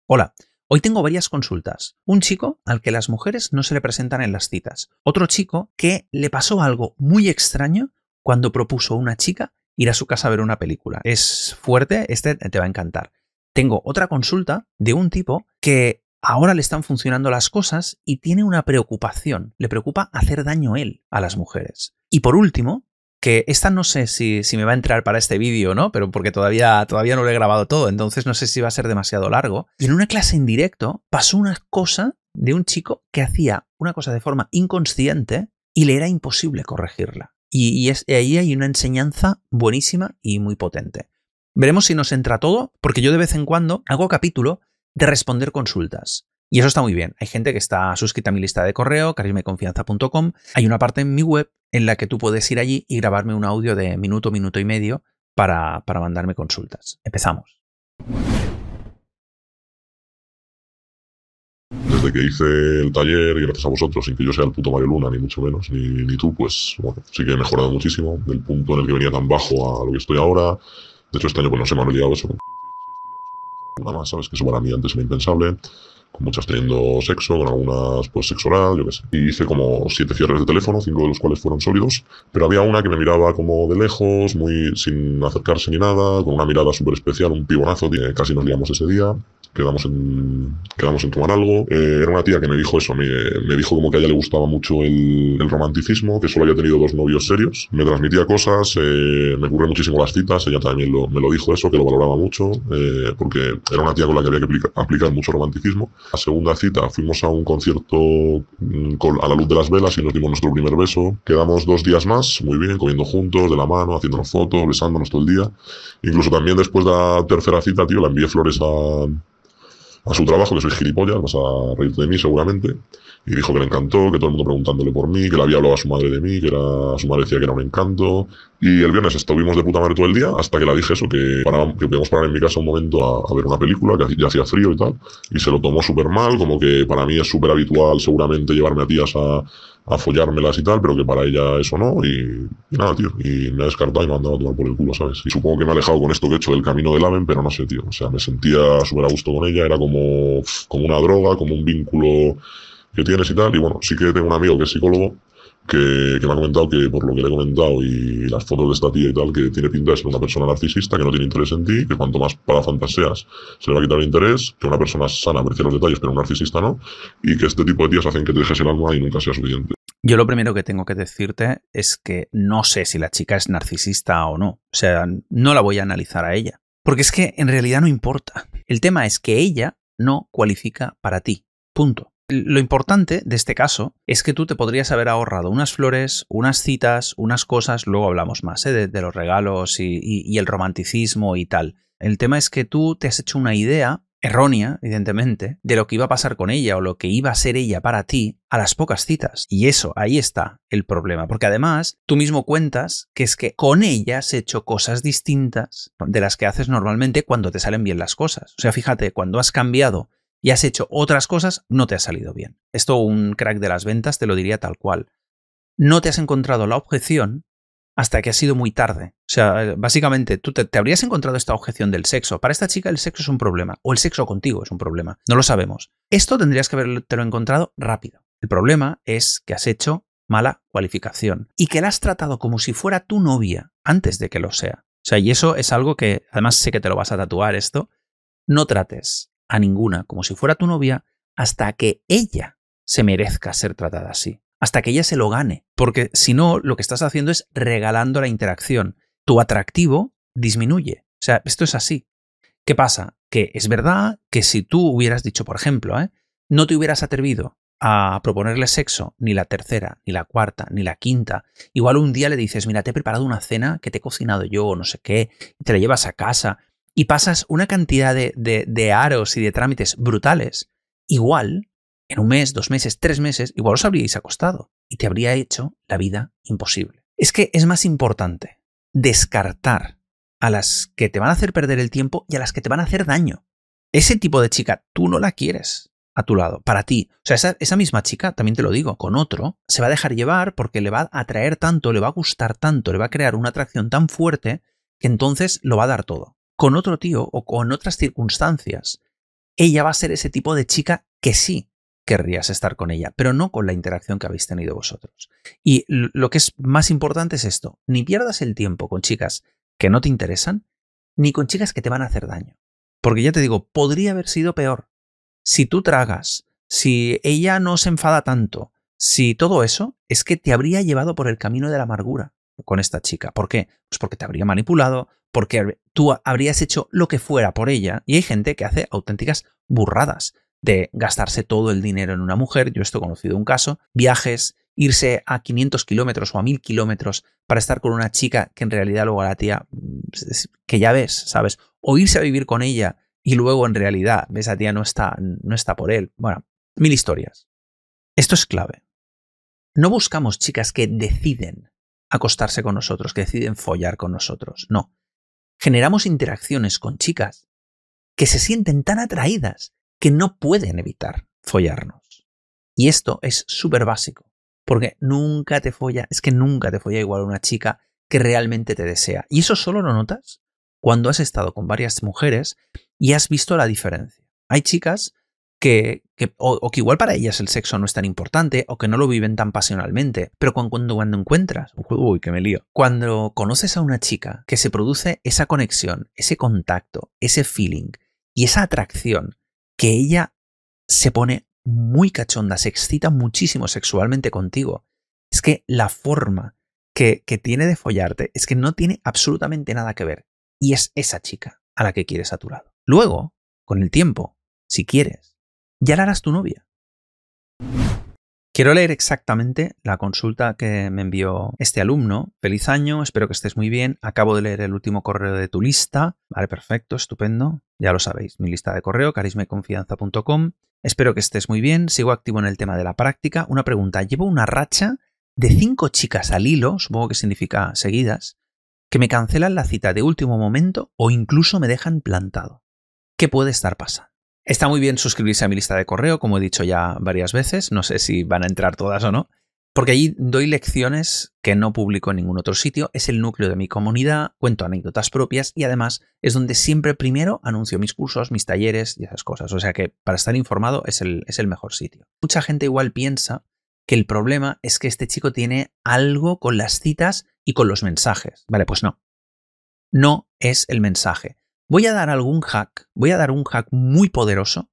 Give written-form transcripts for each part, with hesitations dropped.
Hola, hoy tengo varias consultas. Un chico al que las mujeres no se le presentan en las citas. Otro chico que le pasó algo muy extraño cuando propuso a una chica ir a su casa a ver una película. Es fuerte, este te va a encantar. Tengo otra consulta de un tipo que ahora le están funcionando las cosas y tiene una preocupación. Le preocupa hacer daño él a las mujeres. Y por último, que esta no sé si me va a entrar para este vídeo, ¿no? Pero porque todavía no lo he grabado todo, entonces no sé si va a ser demasiado largo. Y en una clase en directo pasó una cosa de un chico que hacía una cosa de forma inconsciente y le era imposible corregirla. Y ahí hay una enseñanza buenísima y muy potente. Veremos si nos entra todo, porque yo de vez en cuando hago capítulo de responder consultas. Y eso está muy bien. Hay gente que está suscrita a mi lista de correo, carismaconfianza.com. Hay una parte en mi web en la que tú puedes ir allí y grabarme un audio de minuto y medio para mandarme consultas. Empezamos. Desde que hice el taller, y gracias a vosotros, sin que yo sea el puto Mario Luna, ni mucho menos, ni tú, pues bueno, sí que he mejorado muchísimo del punto en el que venía tan bajo a lo que estoy ahora. De hecho, este año pues no se me ha olvidado eso. Nada más, ¿sabes? Que eso para mí antes era impensable. Con muchas teniendo sexo, con algunas pues sexo oral, yo qué sé. Y hice como 7 cierres de teléfono, 5 de los cuales fueron sólidos. Pero había una que me miraba como de lejos, muy sin acercarse ni nada, con una mirada súper especial, un pibonazo, casi nos liamos ese día. Quedamos en tomar algo. Era una tía que me dijo eso, me dijo como que a ella le gustaba mucho el romanticismo, que solo había tenido 2 novios serios. Me transmitía cosas, me ocurren muchísimo las citas, ella también me lo dijo eso, que lo valoraba mucho, porque era una tía con la que había que aplicar mucho romanticismo. La segunda cita fuimos a un concierto a la luz de las velas y nos dimos nuestro primer beso. Quedamos 2 días más, muy bien, comiendo juntos, de la mano, haciéndonos fotos, besándonos todo el día. Incluso también después de la tercera cita, tío, le envié flores a su trabajo, que soy gilipollas, vas a reírte de mí seguramente, y dijo que le encantó, que todo el mundo preguntándole por mí, que le había hablado a su madre de mí, su madre decía que era un encanto, y el viernes estuvimos de puta madre todo el día, hasta que le dije eso, que podíamos parar en mi casa un momento a ver una película, que ya hacía frío y tal, y se lo tomó súper mal, como que para mí es súper habitual seguramente llevarme a tías a follármelas y tal, pero que para ella eso no, y nada, tío, y me ha descartado y me ha mandado a tomar por el culo, ¿sabes? Y supongo que me ha alejado con esto que he hecho del camino del Aven, pero no sé, tío, o sea, me sentía súper a gusto con ella, era como una droga, como un vínculo que tienes y tal, y bueno, sí que tengo un amigo que es psicólogo, que me ha comentado que por lo que le he comentado y las fotos de esta tía y tal, que tiene pinta de ser una persona narcisista, que no tiene interés en ti, que cuanto más palafantaseas se le va a quitar el interés, que una persona sana aprecia los detalles pero un narcisista no, y que este tipo de tías hacen que te dejes el alma y nunca sea suficiente. Yo lo primero que tengo que decirte es que no sé si la chica es narcisista o no. O sea, no la voy a analizar a ella. Porque es que en realidad no importa. El tema es que ella no cualifica para ti. Punto. Lo importante de este caso es que tú te podrías haber ahorrado unas flores, unas citas, unas cosas, luego hablamos más de los regalos y el romanticismo y tal. El tema es que tú te has hecho una idea errónea, evidentemente, de lo que iba a pasar con ella o lo que iba a ser ella para ti a las pocas citas. Y eso, ahí está el problema. Porque además, tú mismo cuentas que es que con ella has hecho cosas distintas de las que haces normalmente cuando te salen bien las cosas. O sea, fíjate, cuando has cambiado y has hecho otras cosas, no te ha salido bien. Esto un crack de las ventas te lo diría tal cual. No te has encontrado la objeción hasta que ha sido muy tarde. O sea, básicamente, tú te habrías encontrado esta objeción del sexo. Para esta chica el sexo es un problema, o el sexo contigo es un problema. No lo sabemos. Esto tendrías que habértelo encontrado rápido. El problema es que has hecho mala cualificación y que la has tratado como si fuera tu novia antes de que lo sea. O sea, y eso es algo que, además sé que te lo vas a tatuar esto, no trates a ninguna como si fuera tu novia hasta que ella se merezca ser tratada así. Hasta que ella se lo gane. Porque si no, lo que estás haciendo es regalando la interacción. Tu atractivo disminuye. O sea, esto es así. ¿Qué pasa? Que es verdad que si tú hubieras dicho, por ejemplo, no te hubieras atrevido a proponerle sexo ni la tercera, ni la cuarta, ni la quinta, igual un día le dices, mira, te he preparado una cena que te he cocinado yo o no sé qué, y te la llevas a casa y pasas una cantidad de aros y de trámites brutales, igual en un mes, 2 meses, 3 meses, igual os habríais acostado y te habría hecho la vida imposible. Es que es más importante descartar a las que te van a hacer perder el tiempo y a las que te van a hacer daño. Ese tipo de chica tú no la quieres a tu lado, para ti. O sea, esa misma chica, también te lo digo, con otro, se va a dejar llevar porque le va a atraer tanto, le va a gustar tanto, le va a crear una atracción tan fuerte que entonces lo va a dar todo. Con otro tío o con otras circunstancias ella va a ser ese tipo de chica que sí querrías estar con ella, pero no con la interacción que habéis tenido vosotros. Y lo que es más importante es esto, ni pierdas el tiempo con chicas que no te interesan, ni con chicas que te van a hacer daño. Porque ya te digo, podría haber sido peor. Si tú tragas, si ella no se enfada tanto, si todo eso, es que te habría llevado por el camino de la amargura con esta chica. ¿Por qué? Pues porque te habría manipulado, porque tú habrías hecho lo que fuera por ella, y hay gente que hace auténticas burradas de gastarse todo el dinero en una mujer. Yo esto he conocido un caso, viajes, irse a 500 kilómetros o a 1000 kilómetros para estar con una chica que en realidad luego a la tía, que ya ves, ¿sabes? O irse a vivir con ella y luego en realidad esa tía no está por él. Bueno, 1000 historias. Esto es clave. No buscamos chicas que deciden acostarse con nosotros, que deciden follar con nosotros. No. Generamos interacciones con chicas que se sienten tan atraídas que no pueden evitar follarnos. Y esto es súper básico, porque nunca te folla igual una chica que realmente te desea. Y eso solo lo notas cuando has estado con varias mujeres y has visto la diferencia. Hay chicas que igual para ellas el sexo no es tan importante o que no lo viven tan pasionalmente, pero cuando encuentras, uy, que me lío, cuando conoces a una chica que se produce esa conexión, ese contacto, ese feeling y esa atracción, que ella se pone muy cachonda, se excita muchísimo sexualmente contigo, es que la forma que tiene de follarte es que no tiene absolutamente nada que ver, y es esa chica a la que quieres a tu lado. Luego, con el tiempo, si quieres, ya la harás tu novia. Quiero leer exactamente la consulta que me envió este alumno. Feliz año, espero que estés muy bien. Acabo de leer el último correo de tu lista. Vale, perfecto, estupendo. Ya lo sabéis, mi lista de correo, carismayconfianza.com. Espero que estés muy bien. Sigo activo en el tema de la práctica. Una pregunta. Llevo una racha de 5 chicas al hilo, supongo que significa seguidas, que me cancelan la cita de último momento o incluso me dejan plantado. ¿Qué puede estar pasando? Está muy bien suscribirse a mi lista de correo, como he dicho ya varias veces. No sé si van a entrar todas o no, porque allí doy lecciones que no publico en ningún otro sitio. Es el núcleo de mi comunidad, cuento anécdotas propias y además es donde siempre primero anuncio mis cursos, mis talleres y esas cosas. O sea que para estar informado es el mejor sitio. Mucha gente igual piensa que el problema es que este chico tiene algo con las citas y con los mensajes. Vale, pues no. No es el mensaje. Voy a dar un hack muy poderoso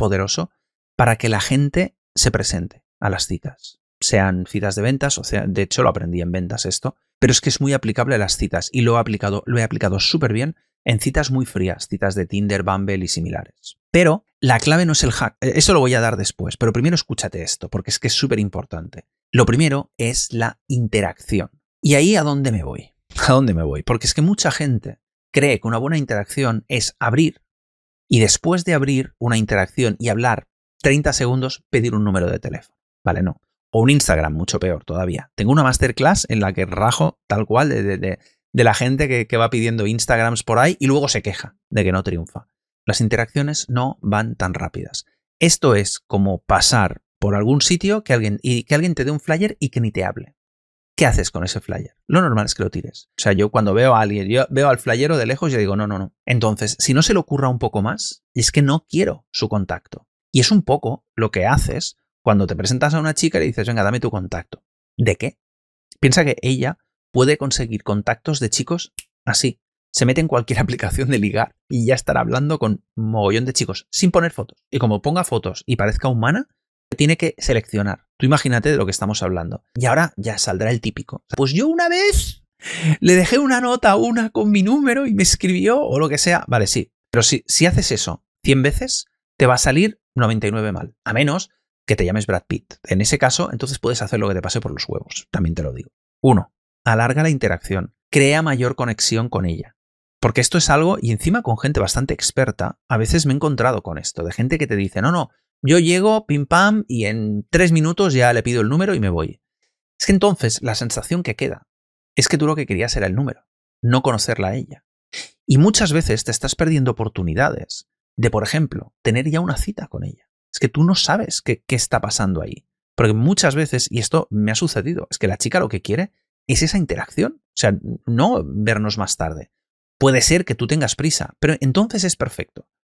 para que la gente se presente a las citas. Sean citas de ventas, o sea, de hecho lo aprendí en ventas esto, pero es que es muy aplicable a las citas y lo he aplicado súper bien en citas muy frías, citas de Tinder, Bumble y similares. Pero la clave no es el hack, eso lo voy a dar después, pero primero escúchate esto, porque es que es súper importante. Lo primero es la interacción. ¿Y ahí a dónde me voy? ¿A dónde me voy? Porque es que mucha gente cree que una buena interacción es abrir y después de abrir una interacción y hablar 30 segundos, pedir un número de teléfono. Vale, no. O un Instagram, mucho peor todavía. Tengo una masterclass en la que rajo tal cual de la gente que va pidiendo Instagrams por ahí y luego se queja de que no triunfa. Las interacciones no van tan rápidas. Esto es como pasar por algún sitio que alguien te dé un flyer y que ni te hable. ¿Qué haces con ese flyer? Lo normal es que lo tires. O sea, yo cuando veo a alguien, yo veo al flyero de lejos y digo, no. Entonces, si no se le ocurra un poco más, es que no quiero su contacto. Y es un poco lo que haces cuando te presentas a una chica y le dices, venga, dame tu contacto. ¿De qué? Piensa que ella puede conseguir contactos de chicos así. Se mete en cualquier aplicación de ligar y ya estará hablando con un mogollón de chicos sin poner fotos. Y como ponga fotos y parezca humana, tiene que seleccionar. Tú imagínate de lo que estamos hablando. Y ahora ya saldrá el típico. Pues yo una vez le dejé una nota a una con mi número y me escribió o lo que sea. Vale, sí. Pero si haces eso 100 veces, te va a salir 99 mal. A menos que te llames Brad Pitt. En ese caso, entonces puedes hacer lo que te pase por los huevos. También te lo digo. 1. Alarga la interacción. Crea mayor conexión con ella. Porque esto es algo, y encima con gente bastante experta, a veces me he encontrado con esto, de gente que te dice, no, yo llego, pim pam, y en 3 minutos ya le pido el número y me voy. Es que entonces la sensación que queda es que tú lo que querías era el número, no conocerla a ella. Y muchas veces te estás perdiendo oportunidades de, por ejemplo, tener ya una cita con ella. Es que tú no sabes qué está pasando ahí. Porque muchas veces, y esto me ha sucedido, es que la chica lo que quiere es esa interacción. O sea, no vernos más tarde. Puede ser que tú tengas prisa, pero entonces es perfecto.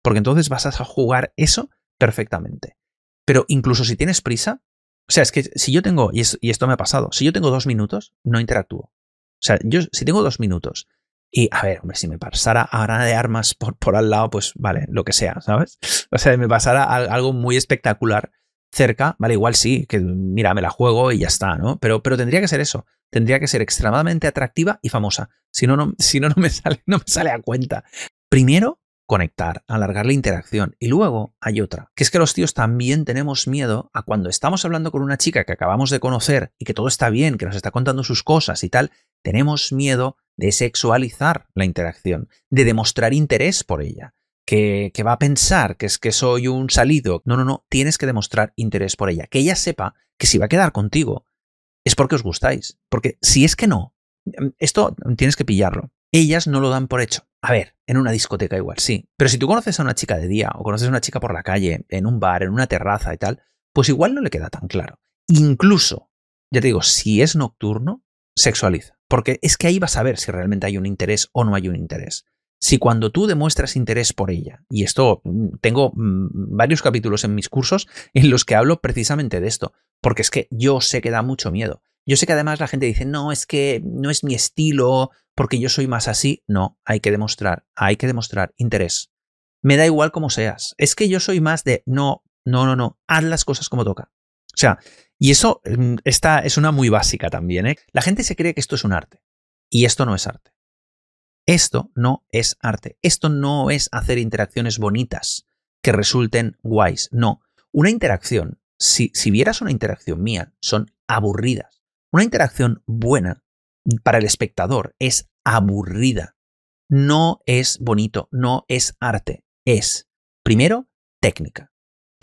porque entonces vas a jugar eso perfectamente. Pero incluso si tienes prisa, o sea, es que si yo tengo, y esto me ha pasado, si yo tengo 2 minutos, no interactúo. O sea, yo si tengo 2 minutos y, a ver, hombre, si me pasara Ana de Armas por al lado, pues vale, lo que sea, ¿sabes? O sea, me pasara algo muy espectacular cerca, vale, igual sí, que mira, me la juego y ya está, ¿no? Pero tendría que ser eso, tendría que ser extremadamente atractiva y famosa. Si no, no me sale a cuenta. Primero, conectar, alargar la interacción. Y luego hay otra, que es que los tíos también tenemos miedo a cuando estamos hablando con una chica que acabamos de conocer y que todo está bien, que nos está contando sus cosas y tal, tenemos miedo de sexualizar la interacción, de demostrar interés por ella, que va a pensar que es que soy un salido. No, tienes que demostrar interés por ella, que ella sepa que si va a quedar contigo es porque os gustáis, porque si es que no, esto tienes que pillarlo. Ellas no lo dan por hecho. A ver, en una discoteca igual, sí. Pero si tú conoces a una chica de día o conoces a una chica por la calle, en un bar, en una terraza y tal, pues igual no le queda tan claro. Incluso, ya te digo, si es nocturno, sexualiza. Porque es que ahí vas a ver si realmente hay un interés o no hay un interés. Si cuando tú demuestras interés por ella, y esto tengo varios capítulos en mis cursos en los que hablo precisamente de esto, porque es que yo sé que da mucho miedo. Yo sé que además la gente dice, no, es que no es mi estilo, porque yo soy más así. No, hay que demostrar interés. Me da igual como seas. Es que yo soy más de, no, haz las cosas como toca. O sea, y eso, esta es una muy básica también, ¿eh? La gente se cree que esto es un arte, y esto no es arte. Esto no es arte. Esto no es hacer interacciones bonitas que resulten guays. No. Una interacción, si vieras una interacción mía, son aburridas. Una interacción buena para el espectador es aburrida. No es bonito, no es arte. Es, primero, técnica.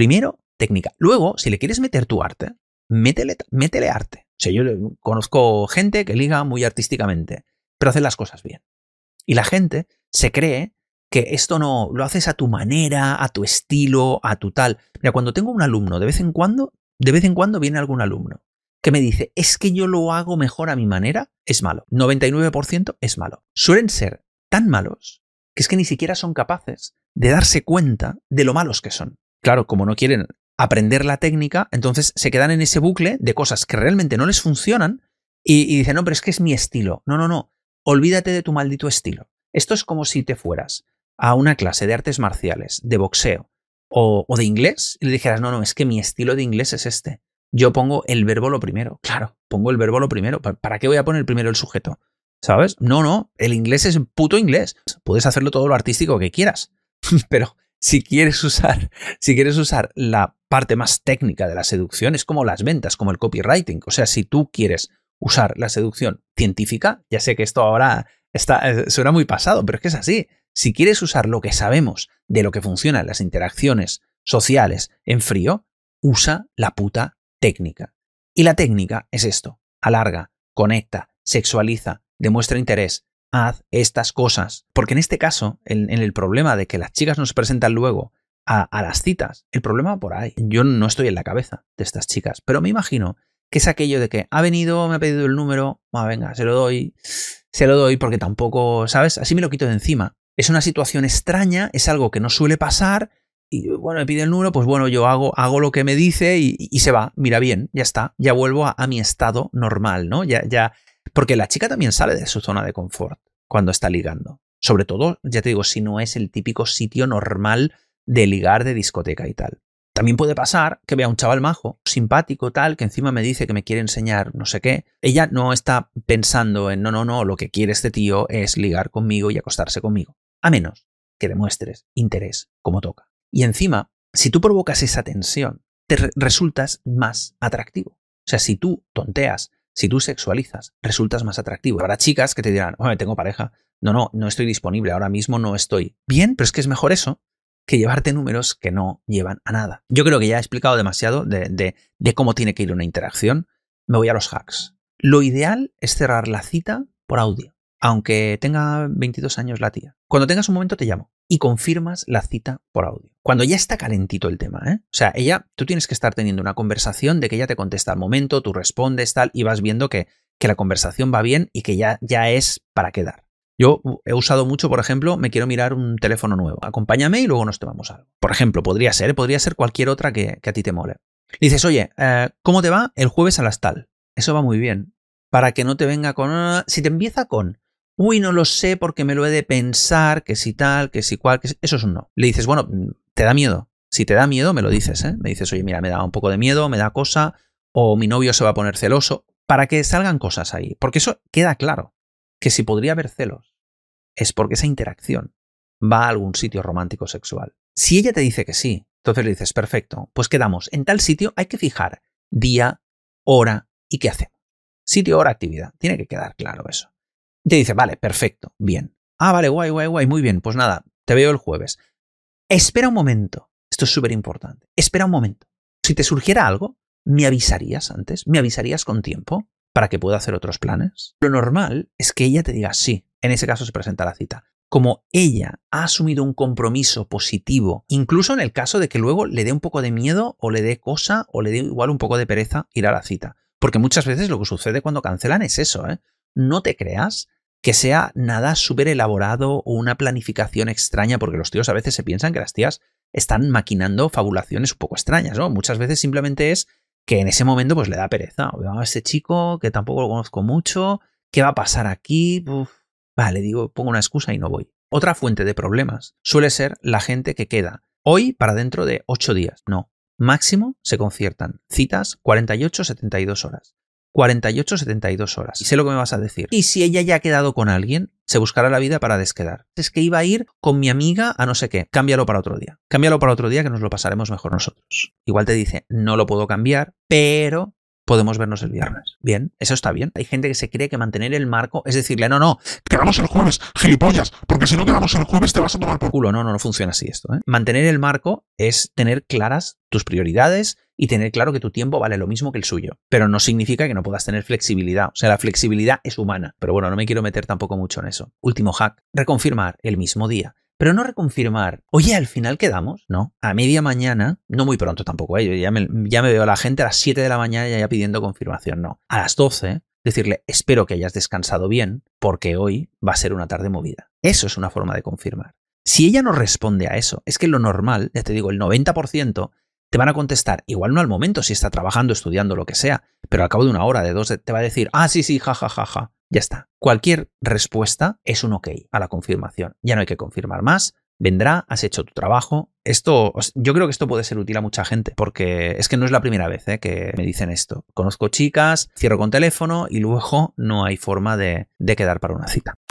Luego, si le quieres meter tu arte, métele arte. O sea, yo conozco gente que liga muy artísticamente, pero hace las cosas bien. Y la gente se cree que esto no lo haces a tu manera, a tu estilo, a tu tal. Mira, cuando tengo un alumno, de vez en cuando viene algún alumno que me dice, es que yo lo hago mejor a mi manera, es malo. 99% es malo. Suelen ser tan malos que es que ni siquiera son capaces de darse cuenta de lo malos que son. Claro, como no quieren aprender la técnica, entonces se quedan en ese bucle de cosas que realmente no les funcionan y dicen, no, pero es que es mi estilo. No. Olvídate de tu maldito estilo. Esto es como si te fueras a una clase de artes marciales, de boxeo o de inglés y le dijeras, no, es que mi estilo de inglés es este. Yo pongo el verbo lo primero. Claro, pongo el verbo lo primero. ¿Para qué voy a poner primero el sujeto? ¿Sabes? No, el inglés es puto inglés. Puedes hacerlo todo lo artístico que quieras, pero si quieres usar la parte más técnica de la seducción, es como las ventas, como el copywriting. O sea, si tú quieres usar la seducción científica, ya sé que esto ahora suena muy pasado, pero es que es así. Si quieres usar lo que sabemos de lo que funcionan las interacciones sociales en frío, usa la puta técnica. Y la técnica es esto: alarga, conecta, sexualiza, demuestra interés, haz estas cosas. Porque en este caso, en el problema de que las chicas nos presentan luego a las citas, el problema va por ahí. Yo no estoy en la cabeza de estas chicas, pero me imagino que es aquello de que ha venido, me ha pedido el número, venga, se lo doy porque tampoco, ¿sabes? Así me lo quito de encima. Es una situación extraña, es algo que no suele pasar y bueno, me pide el número, pues bueno, yo hago lo que me dice y se va, mira bien, ya está, ya vuelvo a mi estado normal, ¿no? Ya, porque la chica también sale de su zona de confort cuando está ligando. Sobre todo, ya te digo, si no es el típico sitio normal de ligar de discoteca y tal. También puede pasar que vea un chaval majo, simpático, tal, que encima me dice que me quiere enseñar no sé qué. Ella no está pensando en no, lo que quiere este tío es ligar conmigo y acostarse conmigo. A menos que demuestres interés como toca. Y encima, si tú provocas esa tensión, te resultas más atractivo. O sea, si tú tonteas, si tú sexualizas, resultas más atractivo. Habrá chicas que te dirán, tengo pareja. No estoy disponible, ahora mismo no estoy. Bien, pero es que es mejor eso que llevarte números que no llevan a nada. Yo creo que ya he explicado demasiado de cómo tiene que ir una interacción. Me voy a los hacks. Lo ideal es cerrar la cita por audio, aunque tenga 22 años la tía. Cuando tengas un momento te llamo y confirmas la cita por audio. Cuando ya está calentito el tema, ¿eh? O sea, tú tienes que estar teniendo una conversación de que ella te contesta al momento, tú respondes, tal, y vas viendo que la conversación va bien y que ya es para quedar. Yo he usado mucho, por ejemplo, me quiero mirar un teléfono nuevo. Acompáñame y luego nos tomamos algo. Por ejemplo, podría ser cualquier otra que a ti te mole. Le dices, oye, ¿cómo te va el jueves a las tal? Eso va muy bien. Para que no te venga con... si te empieza con... uy, no lo sé porque me lo he de pensar, que si tal, que si cual, que si... Eso es un no. Le dices, bueno, ¿te da miedo? Si te da miedo, me lo dices, ¿eh? Me dices, oye, mira, me da un poco de miedo, me da cosa, o mi novio se va a poner celoso, para que salgan cosas ahí. Porque eso queda claro, que si podría haber celos, es porque esa interacción va a algún sitio romántico sexual. Si ella te dice que sí, entonces le dices, perfecto, pues quedamos en tal sitio, hay que fijar día, hora y qué hacemos. Sitio, hora, actividad. Tiene que quedar claro eso. Y te dice, vale, perfecto, bien. Ah, vale, guay, muy bien. Pues nada, te veo el jueves. Espera un momento. Esto es súper importante. Espera un momento. Si te surgiera algo, ¿me avisarías antes? ¿Me avisarías con tiempo para que pueda hacer otros planes? Lo normal es que ella te diga sí. En ese caso se presenta la cita. Como ella ha asumido un compromiso positivo, incluso en el caso de que luego le dé un poco de miedo o le dé cosa o le dé igual un poco de pereza ir a la cita. Porque muchas veces lo que sucede cuando cancelan es eso, ¿eh? No te creas que sea nada súper elaborado o una planificación extraña, porque los tíos a veces se piensan que las tías están maquinando fabulaciones un poco extrañas, ¿no? Muchas veces simplemente es que en ese momento pues le da pereza. A ese chico que tampoco lo conozco mucho, ¿qué va a pasar aquí? Uf. Vale, digo, pongo una excusa y no voy. Otra fuente de problemas suele ser la gente que queda hoy para dentro de 8 días. No, máximo se conciertan citas 48-72 horas. 48-72 horas. Y sé lo que me vas a decir. Y si ella ya ha quedado con alguien, se buscará la vida para desquedar. Es que iba a ir con mi amiga a no sé qué. Cámbialo para otro día. Cámbialo para otro día que nos lo pasaremos mejor nosotros. Igual te dice, no lo puedo cambiar, pero podemos vernos el viernes. Bien, eso está bien. Hay gente que se cree que mantener el marco es decirle, no, Quedamos el jueves, gilipollas, porque si no quedamos el jueves te vas a tomar por culo. No funciona así esto, ¿eh? Mantener el marco es tener claras tus prioridades y tener claro que tu tiempo vale lo mismo que el suyo. Pero no significa que no puedas tener flexibilidad. O sea, la flexibilidad es humana. Pero bueno, no me quiero meter tampoco mucho en eso. Último hack, reconfirmar el mismo día. Pero no reconfirmar, oye, al final quedamos, ¿no? A media mañana, no muy pronto tampoco, ¿eh? Ya me veo a la gente a las 7 de la mañana ya pidiendo confirmación, no. A las 12, decirle, espero que hayas descansado bien, porque hoy va a ser una tarde movida. Eso es una forma de confirmar. Si ella no responde a eso, es que lo normal, ya te digo, el 90%, te van a contestar, igual no al momento, si está trabajando, estudiando, lo que sea, pero al cabo de una hora, de dos, te va a decir, ah, sí, ja. Ya está. Cualquier respuesta es un ok a la confirmación. Ya no hay que confirmar más. Vendrá, has hecho tu trabajo. Yo creo que esto puede ser útil a mucha gente, porque es que no es la primera vez que me dicen esto. Conozco chicas, cierro con teléfono y luego no hay forma de quedar para una cita.